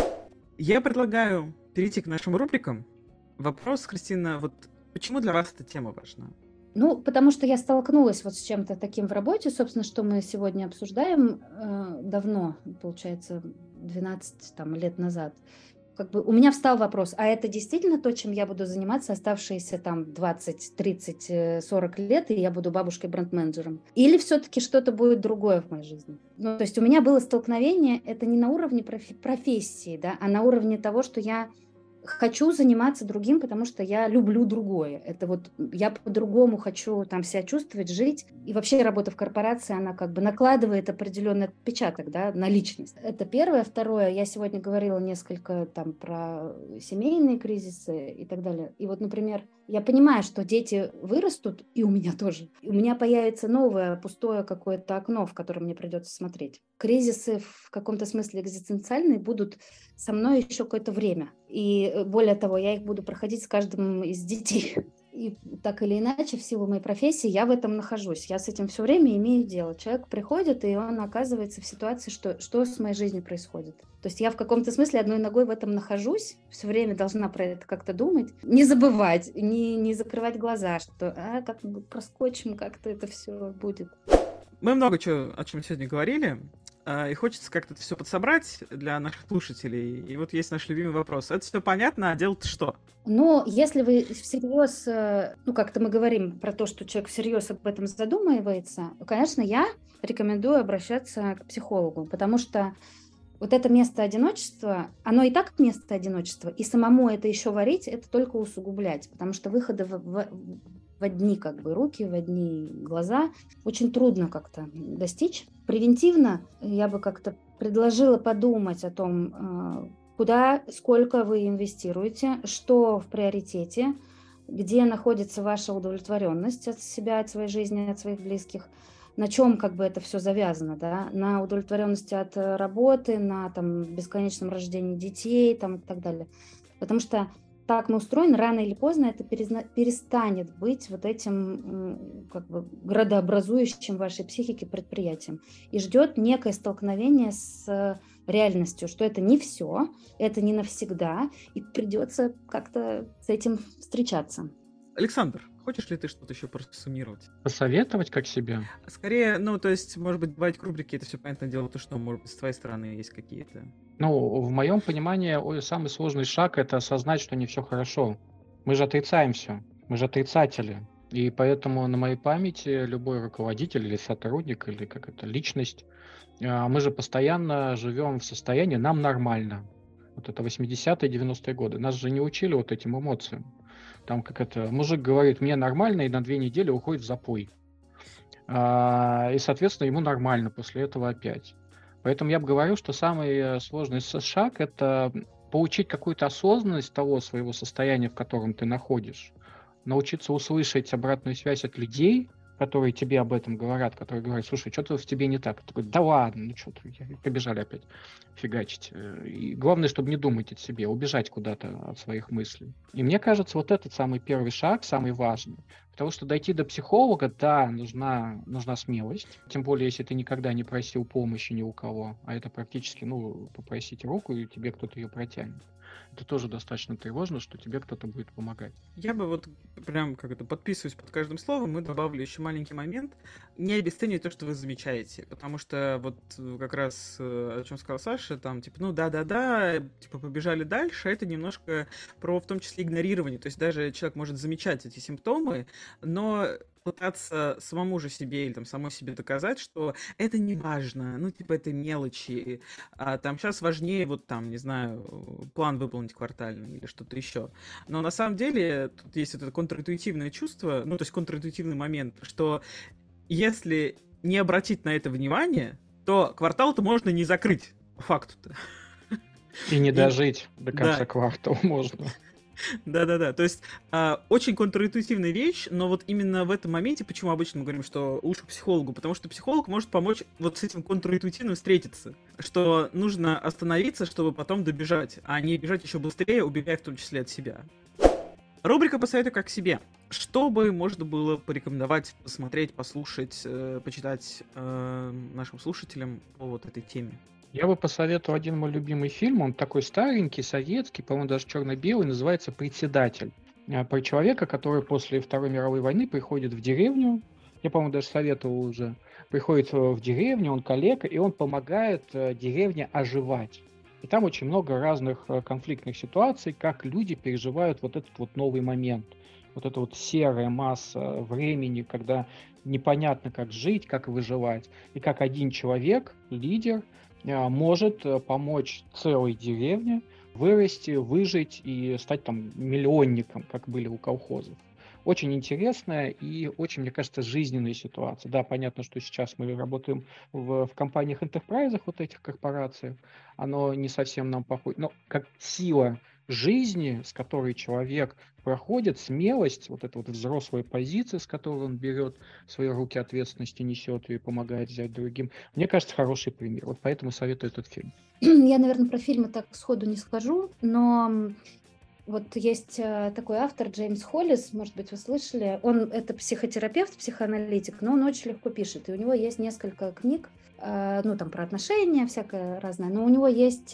[SPEAKER 2] Я предлагаю перейти к нашим рубрикам. Вопрос, Кристина, вот почему для вас эта тема важна?
[SPEAKER 3] Ну, потому что я столкнулась вот с чем-то таким в работе, собственно, что мы сегодня обсуждаем давно, получается, 12 там, лет назад. Как бы у меня встал вопрос, а это действительно то, чем я буду заниматься оставшиеся там 20, 30, 40 лет, и я буду бабушкой бренд-менеджером? Или все-таки что-то будет другое в моей жизни? Ну, то есть у меня было столкновение, это не на уровне профессии, да, а на уровне того, что я хочу заниматься другим, потому что я люблю другое. Это вот я по-другому хочу там себя чувствовать, жить. И вообще работа в корпорации, она как бы накладывает определенный отпечаток, да, на личность. Это первое. Второе, я сегодня говорила несколько там про семейные кризисы и так далее. И вот, например, я понимаю, что дети вырастут, и у меня тоже. И у меня появится новое пустое какое-то окно, в которое мне придется смотреть. Кризисы в каком-то смысле экзистенциальные будут со мной еще какое-то время. И более того, я их буду проходить с каждым из детей. И так или иначе, в силу моей профессии, я в этом нахожусь. Я с этим все время имею дело. Человек приходит, и он оказывается в ситуации, что с моей жизнью происходит. То есть я в каком-то смысле одной ногой в этом нахожусь, все время должна про это как-то думать, не забывать, не закрывать глаза, что как-нибудь проскочим, как-то это все будет.
[SPEAKER 2] Мы много чего, о чем сегодня говорили. и хочется как-то это все подсобрать для наших слушателей. И вот есть наш любимый вопрос. Это все понятно, а делать что?
[SPEAKER 3] Но если вы всерьез, как-то мы говорим про то, что человек всерьез об этом задумывается, конечно, я рекомендую обращаться к психологу, потому что вот это место одиночества, оно и так место одиночества, и самому это еще варить, это только усугублять, потому что выхода в одни как бы руки, в одни глаза очень трудно как-то достичь. Превентивно я бы как-то предложила подумать о том, куда, сколько вы инвестируете, что в приоритете, где находится ваша удовлетворенность от себя, от своей жизни, от своих близких, на чем как бы это все завязано, да, на удовлетворенности от работы, на там бесконечном рождении детей там, и так далее. Потому что так мы устроены, рано или поздно это перестанет быть вот этим как бы градообразующим в вашей психике предприятием. И ждет некое столкновение с реальностью, что это не все, это не навсегда, и придется как-то с этим встречаться.
[SPEAKER 2] Александр, хочешь ли ты что-то еще просто суммировать?
[SPEAKER 1] Посоветовать как себе?
[SPEAKER 2] Скорее, то есть, может быть, добавить к рубрике, это все понятное дело, то, что, может быть, с твоей стороны есть какие-то...
[SPEAKER 1] В моем понимании, самый сложный шаг — это осознать, что не все хорошо. Мы же отрицаем все, мы же отрицатели. И поэтому на моей памяти любой руководитель или сотрудник, или личность, мы же постоянно живем в состоянии «нам нормально». Вот это 80-е, 90-е годы. Нас же не учили вот этим эмоциям. Там мужик говорит, мне нормально, и на 2 недели уходит в запой. И, соответственно, ему нормально после этого опять. Поэтому я бы говорил, что самый сложный шаг — это получить какую-то осознанность того своего состояния, в котором ты находишь, научиться услышать обратную связь от людей, которые тебе об этом говорят, которые говорят, слушай, что-то в тебе не так. Ты такой, да ладно, что-то, побежали опять фигачить. И главное, чтобы не думать о себе, убежать куда-то от своих мыслей. И мне кажется, вот этот самый первый шаг, самый важный. Потому что дойти до психолога, да, нужна смелость. Тем более, если ты никогда не просил помощи ни у кого, а это практически, попросить руку, и тебе кто-то ее протянет. Это тоже достаточно тревожно, что тебе кто-то будет помогать.
[SPEAKER 2] Я бы прям подписываюсь под каждым словом, мы добавлю еще маленький момент. Не обесценивать то, что вы замечаете, потому что как раз о чем сказал Саша, там, да-да-да, побежали дальше, это немножко про, в том числе, игнорирование. То есть даже человек может замечать эти симптомы, но пытаться самому же себе или там самой себе доказать, что это не важно, это мелочи, а там сейчас важнее не знаю, план выполнить квартальный или что-то еще. Но на самом деле тут есть это контринтуитивное чувство, то есть контринтуитивный момент, что если не обратить на это внимание, то квартал-то можно не закрыть, по факту-то.
[SPEAKER 1] И не дожить до конца квартала можно.
[SPEAKER 2] Да-да-да, то есть очень контринтуитивная вещь, но именно в этом моменте, почему обычно мы говорим, что лучше к психологу, потому что психолог может помочь с этим контринтуитивным встретиться, что нужно остановиться, чтобы потом добежать, а не бежать еще быстрее, убегая в том числе от себя. Рубрика «Посоветуй как себе». Что бы можно было порекомендовать, посмотреть, послушать, почитать нашим слушателям по этой теме?
[SPEAKER 1] Я бы посоветовал один мой любимый фильм, он такой старенький, советский, по-моему, даже черно-белый, называется «Председатель». Про человека, который после Второй мировой войны приходит в деревню, я, по-моему, даже советовал уже, приходит в деревню, он калека, и он помогает деревне оживать. И там очень много разных конфликтных ситуаций, как люди переживают этот новый момент. Эта серая масса времени, когда непонятно, как жить, как выживать. И как один человек, лидер, может помочь целой деревне вырасти, выжить и стать миллионником, как были у колхозов. Очень интересная и очень, мне кажется, жизненная ситуация. Да, понятно, что сейчас мы работаем в компаниях enterprise, этих корпорациях, оно не совсем нам походит, но как сила жизни, с которой человек проходит, смелость, эта взрослая позиция, с которой он берет в свои руки ответственность и несет ее и помогает взять другим, мне кажется, хороший пример. Поэтому советую этот фильм.
[SPEAKER 3] Я, наверное, про фильмы так сходу не скажу, но есть такой автор Джеймс Холлис, может быть, вы слышали. Он это психотерапевт, психоаналитик, но он очень легко пишет. И у него есть несколько книг, про отношения, всякое разное. Но у него есть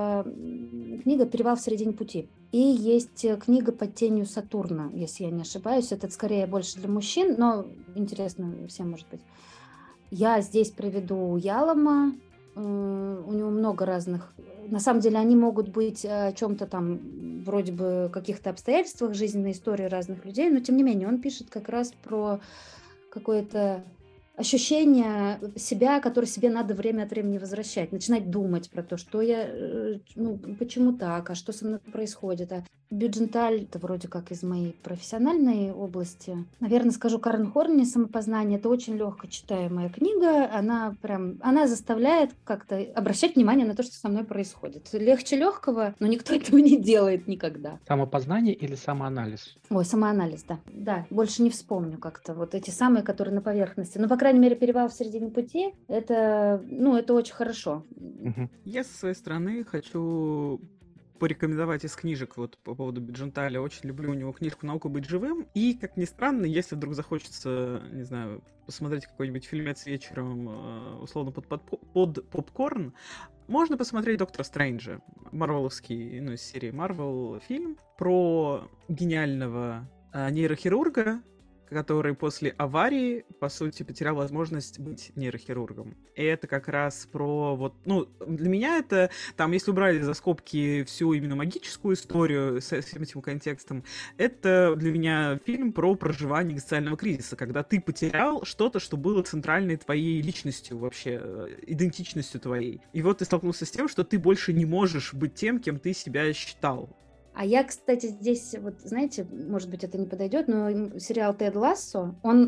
[SPEAKER 3] книга «Перевал в середине пути». И есть книга «Под тенью Сатурна», если я не ошибаюсь. Это скорее больше для мужчин, но интересно всем, может быть. Я здесь приведу Ялома, у него много разных. На самом деле они могут быть о чем-то там, вроде бы каких-то обстоятельствах жизненной истории разных людей, но тем не менее он пишет как раз про какое-то ощущение себя, которое себе надо время от времени возвращать, начинать думать про то, что я, почему так, а что со мной происходит. А Бюдженталь, это вроде как из моей профессиональной области. Наверное, скажу Карен Хорни «Самопознание». Это очень легко читаемая книга. Она заставляет как-то обращать внимание на то, что со мной происходит. Легче легкого, но никто этого не делает никогда.
[SPEAKER 1] Самопознание или самоанализ?
[SPEAKER 3] Ой, самоанализ, да. Да, больше не вспомню как-то. Вот эти самые, которые на поверхности. Но, по крайней мере, «Перевал в середине пути» — это очень хорошо.
[SPEAKER 2] Я со своей стороны хочу порекомендовать из книжек вот по поводу Бюдженталя. Очень люблю у него книжку «Наука быть живым». И, как ни странно, если вдруг захочется, не знаю, посмотреть какой-нибудь фильмец вечером, условно, под попкорн, можно посмотреть «Доктора Стрэнджа», марвеловский, из серии Марвел фильм про гениального нейрохирурга, который после аварии, по сути, потерял возможность быть нейрохирургом. И это как раз про для меня это, там, если убрать за скобки всю именно магическую историю с всем этим контекстом, это для меня фильм про проживание экзистенциального кризиса, когда ты потерял что-то, что было центральной твоей личностью вообще, идентичностью твоей. И вот ты столкнулся с тем, что ты больше не можешь быть тем, кем ты себя считал.
[SPEAKER 3] А я, кстати, здесь, знаете, может быть, это не подойдет, но сериал «Тед Лассо», он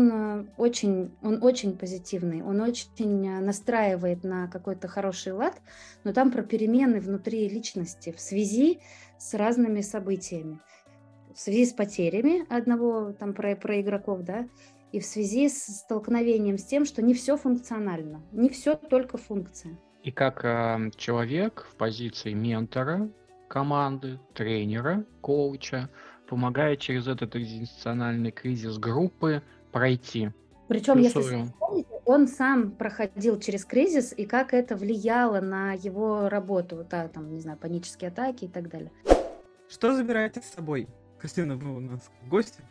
[SPEAKER 3] очень позитивный, он очень настраивает на какой-то хороший лад, но там про перемены внутри личности в связи с разными событиями, в связи с потерями одного, там про игроков, да, и в связи с столкновением с тем, что не все функционально, не все только функция.
[SPEAKER 1] И как человек в позиции ментора, команды, тренера, коуча, помогает через этот экзистенциальный кризис группы пройти.
[SPEAKER 3] Причем, если вспомните, он сам проходил через кризис, и как это влияло на его работу, не знаю, панические атаки и так далее.
[SPEAKER 2] Что забираете с собой? Кристина, вы у нас гости.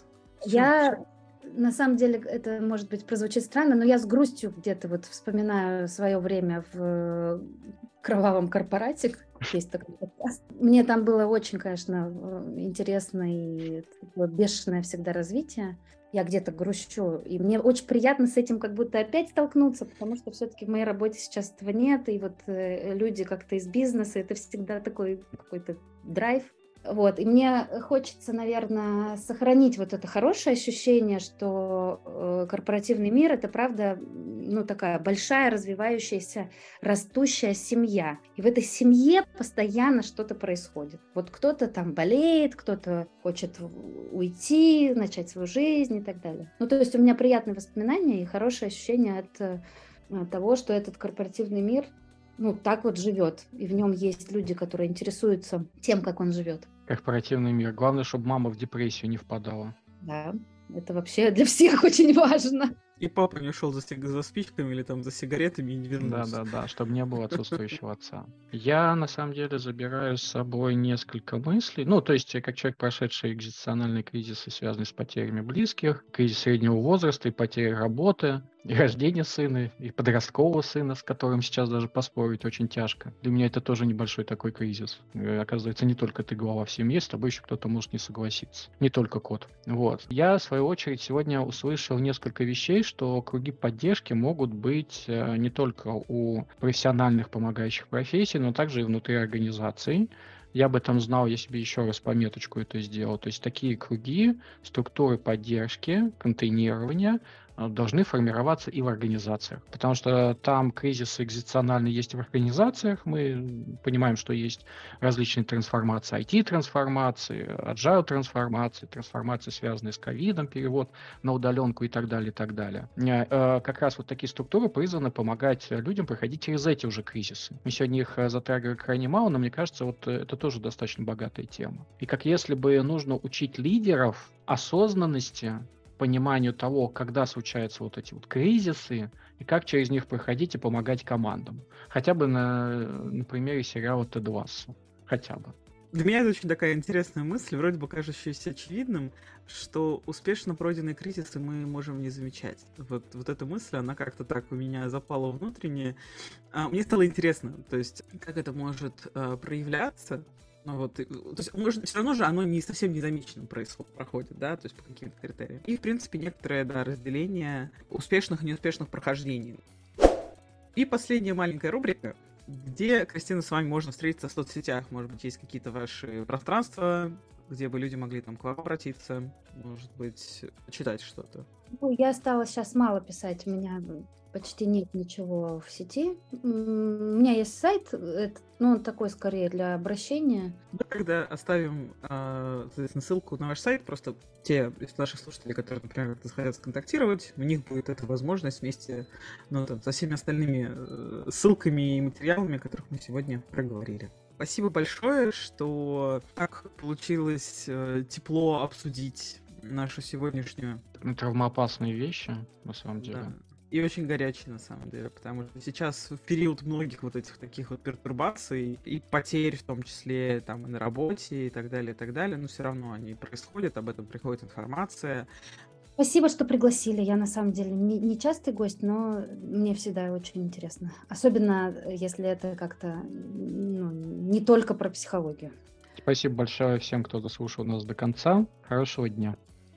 [SPEAKER 3] На самом деле, это, может быть, прозвучит странно, но я с грустью где-то вспоминаю свое время в кровавом корпорате. Есть такой подкаст. Мне там было очень, конечно, интересно и бешеное всегда развитие. Я где-то грущу, и мне очень приятно с этим как будто опять столкнуться, потому что все-таки в моей работе сейчас этого нет, и люди как-то из бизнеса, это всегда такой какой-то драйв. И мне хочется, наверное, сохранить это хорошее ощущение, что корпоративный мир — это, правда, такая большая, развивающаяся, растущая семья. И в этой семье постоянно что-то происходит. Кто-то там болеет, кто-то хочет уйти, начать свою жизнь и так далее. То есть у меня приятные воспоминания и хорошее ощущение от того, что этот корпоративный мир так живет. И в нем есть люди, которые интересуются тем, как он живет.
[SPEAKER 1] Корпоративный мир. Главное, чтобы мама в депрессию не впадала.
[SPEAKER 3] Да, это вообще для всех очень важно.
[SPEAKER 2] И папа не ушел за спичками или за сигаретами и не вернулся.
[SPEAKER 1] Да, чтобы не было отсутствующего отца. Я, на самом деле, забираю с собой несколько мыслей. То есть, как человек, прошедший экзистенциальные кризисы, связанные с потерями близких, кризис среднего возраста и потери работы, и рождение сына, и подросткового сына, с которым сейчас даже поспорить очень тяжко. Для меня это тоже небольшой такой кризис. Оказывается, не только ты глава в семье, с тобой еще кто-то может не согласиться. Не только кот. Я, в свою очередь, сегодня услышал несколько вещей, что круги поддержки могут быть не только у профессиональных помогающих профессий, но также и внутри организаций. Я об этом знал, я себе еще раз пометочку это сделал. То есть такие круги, структуры поддержки, контейнирования должны формироваться и в организациях. Потому что там кризисы экзистенциальные есть в организациях. Мы понимаем, что есть различные трансформации, IT-трансформации, agile-трансформации, трансформации, связанные с ковидом, перевод на удаленку и так далее, и так далее. Как раз такие структуры призваны помогать людям проходить через эти уже кризисы. Мы сегодня их затрагивали крайне мало, но мне кажется, это тоже достаточно богатая тема. И как если бы нужно учить лидеров осознанности, пониманию того, когда случаются эти кризисы, и как через них проходить и помогать командам. Хотя бы на примере сериала «Тед Лассо». Хотя бы.
[SPEAKER 2] Для меня это очень такая интересная мысль, вроде бы кажущаяся очевидным, что успешно пройденные кризисы мы можем не замечать. Вот эта мысль, она как-то так у меня запала внутренне. Мне стало интересно, то есть как это может проявляться. Ну вот, то есть все равно же оно не совсем незамеченным проходит, да, то есть по каким-то критериям. И, в принципе, некоторое, да, разделение успешных и неуспешных прохождений. И последняя маленькая рубрика, где, Кристина, с вами можно встретиться в соцсетях. Может быть, есть какие-то ваши пространства, где бы люди могли там к вам обратиться, может быть, почитать что-то.
[SPEAKER 3] Ну, я стала сейчас мало писать, у меня почти нет ничего в сети. У меня есть сайт, он такой скорее для обращения.
[SPEAKER 2] Мы тогда оставим, соответственно, ссылку на ваш сайт. Просто те из наших слушателей, которые, например, как-то хотят сконтактировать, у них будет эта возможность вместе со всеми остальными ссылками и материалами, о которых мы сегодня проговорили. Спасибо большое, что так получилось тепло обсудить нашу сегодняшнюю...
[SPEAKER 1] Травмоопасные вещи, на самом деле.
[SPEAKER 2] Да. И очень горячий, на самом деле, потому что сейчас в период многих вот этих таких вот пертурбаций и потерь, в том числе там и на работе и так далее, но все равно они происходят, об этом приходит информация.
[SPEAKER 3] Спасибо, что пригласили. Я на самом деле не частый гость, но мне всегда очень интересно. Особенно, если это как-то не только про психологию.
[SPEAKER 1] Спасибо большое всем, кто дослушал нас до конца. Хорошего дня.